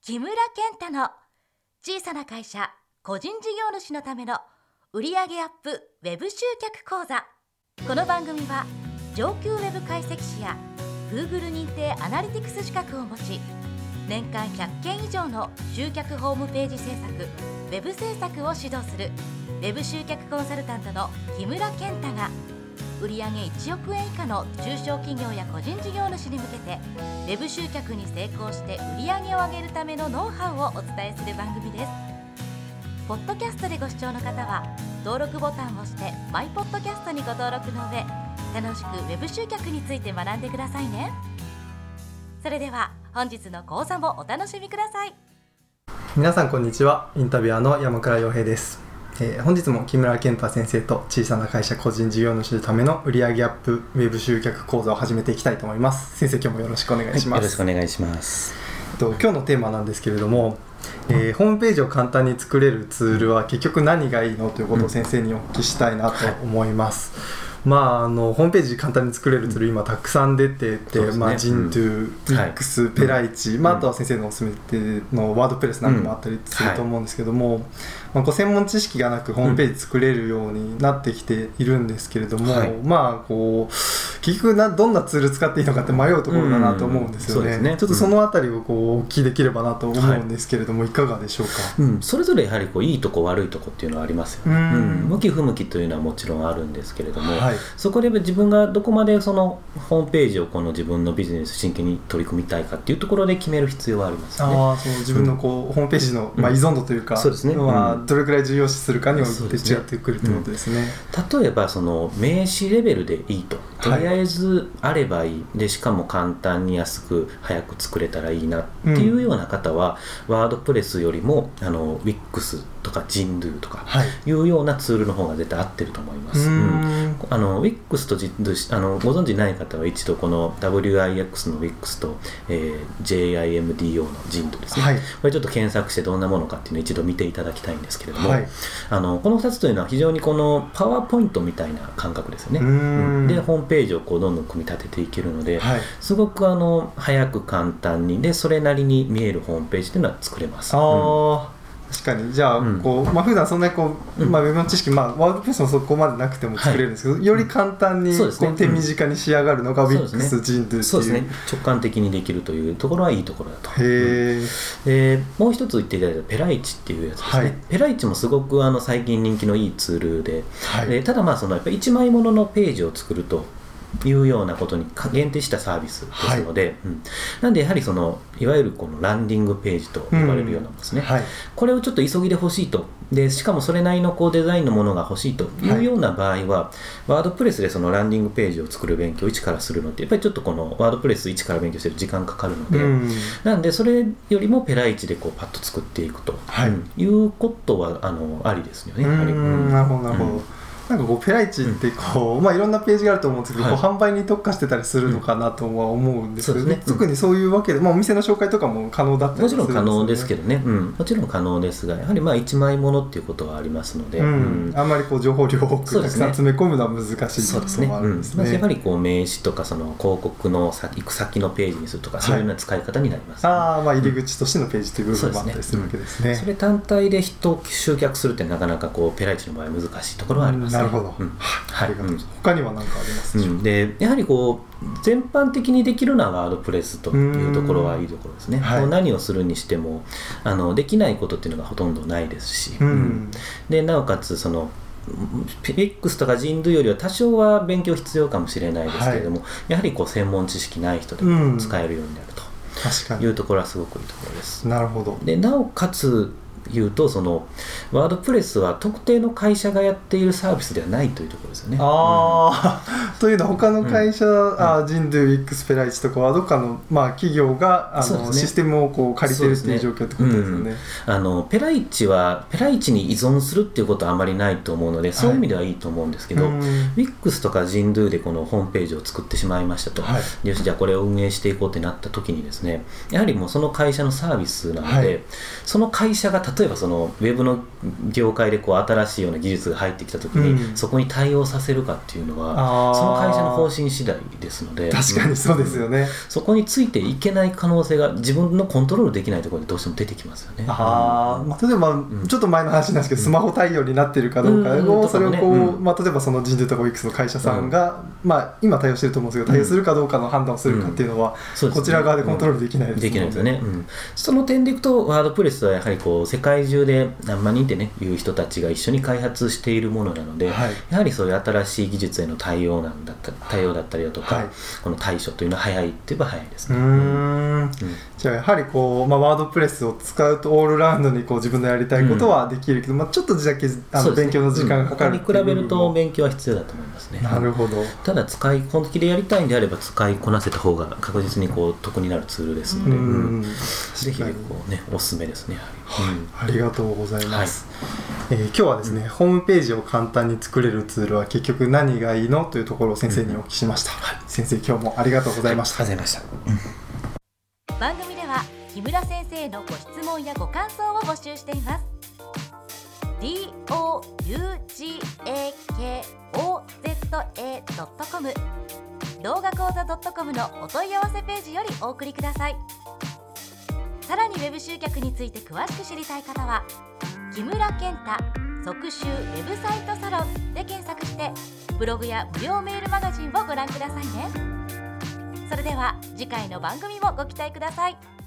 木村健太の小さな会社個人事業主のための売上アップウェブ集客講座。この番組は上級ウェブ解析士や Google 認定アナリティクス資格を持ち、年間100件以上の集客ホームページ制作、ウェブ制作を指導するウェブ集客コンサルタントの木村健太が、売上1億円以下の中小企業や個人事業主に向けてウェブ集客に成功して売上を上げるためのノウハウをお伝えする番組です。ポッドキャストでご視聴の方は登録ボタンを押してマイポッドキャストにご登録の上、楽しくウェブ集客について学んでくださいね。それでは本日の講座もお楽しみください。 皆さんこんにちは。インタビュアーの山倉洋平です。本日も木村健太先生と小さな会社個人事業主のための売上アップウェブ集客講座を始めていきたいと思います。先生、今日もよろしくお願いします。 よろしくお願いします。 今日のテーマなんですけれども、ホームページを簡単に作れるツールは結局何がいいのということを先生にお聞きしたいなと思います。ホームページ簡単に作れるツール今たくさん出てて、Gentoo、Wix、ペライチ、あとは先生のおすすめのワードプレスなんかもあったりすると思うんですけども、専門知識がなくホームページ作れるようになってきているんですけれども、結局どんなツール使っていいのかって迷うところだなと思うんですよね。ちょっとそのあたりをお聞きできればなと思うんですけれども、いかがでしょうか。 それぞれやはりいいとこ悪いとこっていうのはありますよね。向き不向きというのはもちろんあるんですけれども、そこで自分がどこまでそのホームページを自分のビジネス真剣に取り組みたいかっていうところで決める必要はありますね。 そう自分のホームページの依存度というか、 そうですね、 どれくらい重要視するかによって違ってくるということですね。 例えばその名刺レベルでいいと、とりあえずあればいい、でしかも簡単に安く早く作れたらいいなっていうような方は、ワードプレスよりもWix とか Jentoo とかいうようなツールの方が絶対合ってると思います。Wix と Jentoo、ご存知ない方は一度この WIX の Wix と、JIMDO の Jentoo ですね、これちょっと検索してどんなものかっていうのを一度見ていただきたいんですけれども、この2つというのは非常にパワーポイントみたいな感覚ですよね。でホームページをどんどん組み立てていけるので、すごく早く簡単にでそれなりに見えるホームページというのは作れます。 確かに。じゃあ普段そんなにウェブの知識、ワードプレスもそこまでなくても作れるんですけど、より簡単に手短に仕上がるのが Wix、Jentoo っていう。 そうですね、直感的にできるというところはいいところだと。もう一つ言っていただいたペライチっていうやつですね。ペライチもすごく最近人気のいいツールで、ただやっぱり1枚もののページを作るというようなことに限定したサービスですので、なんでやはりいわゆるランディングページと呼ばれるようなものですね、これをちょっと急ぎで欲しいと、でしかもそれなりのデザインのものが欲しいというような場合は、ワードプレスでそのランディングページを作る勉強を一からするのってやっぱりちょっとワードプレス一から勉強してる時間かかるので、なんでそれよりもペライチでパッと作っていくということはありですよね。 なるほどなるほど。ペライチっていろんなページがあると思うんですけど、販売に特化してたりするのかなとは思うんですけどね。特にそういうわけで、お店の紹介とかも可能だったりするんですよね。 もちろん可能ですけどね、もちろん可能ですが、やはり一枚ものっていうことはありますので、あんまり情報量を多くたくさん詰め込むのは難しいところもあるんですね。 やはり名刺とか広告の行く先のページにするとか、そういうような使い方になります、 入り口としてのページという部分もあったりするわけですね。 それ単体で人を集客するってなかなかペライチの場合は難しいところはありますね。 なるほど。他には何かありますでしょうか。 でやはり全般的にできるのはワードプレスというところはいいところですね。何をするにしてもできないことっていうのがほとんどないですし、でなおかつWix とか Jentoo よりは多少は勉強必要かもしれないですけれども、やはり専門知識ない人でも使えるようになるというところはすごくいいところです。 なるほど。 でなおかつ言うとワードプレスは特定の会社がやっているサービスではないというところですよね。 というのは他の会社、Jentoo、Wix、ペライチとかはどっかの企業がシステムを借りてるっていう状況ってことですよね。 ペライチに依存するっていうことはあまりないと思うので、そういう意味ではいいと思うんですけど、Wix とか Jentoo でこのホームページを作ってしまいましたと、よしじゃあこれを運営していこうってなった時にですね、やはりもうその会社のサービスなので、その会社が例えばそのウェブの業界でこう新しいような技術が入ってきた時に、そこに対応させるかっていうのはその会社の方針次第ですので、 確かにそうですよね、 そこについていけない可能性が自分のコントロールできないところでどうしても出てきますよね。 例えば、ちょっと前の話なんですけど、スマホ対応になっているかどうかを、それをこう、例えばその人事とか OX の会社さんが、今対応してると思うんですけど、対応するかどうかの判断をするかっていうのは、こちら側でコントロールできないですできないですよね。その点でいくとワードプレスはやはりこう世界中で何万人ってねいう人たちが一緒に開発しているものなので、やはりそういう新しい技術への対応だったりだとか、この対処というのは早いって言えば早いですね。 じゃあやはりこう、ワードプレスを使うとオールラウンドにこう自分のやりたいことはできるけど、ちょっとだけ勉強の時間がかかる他に比べると勉強は必要だと思いますね。 なるほど。 ただ本気でやりたいんであれば使いこなせた方が確実にこう得になるツールですので、ぜひこうねおすすめですね。 ありがとうございます。今日はですね、ホームページを簡単に作れるツールは結局何がいいのというところを先生にお聞きしました。先生、今日もありがとうございました。 ありがとうございました。 番組では木村先生のご質問やご感想を募集しています。dougakoza.com 動画講座 .com のお問い合わせページよりお送りください。さらにウェブ集客について詳しく知りたい方は木村健太即習ウェブサイトサロンで検索してブログや無料メールマガジンをご覧くださいね。それでは次回の番組もご期待ください。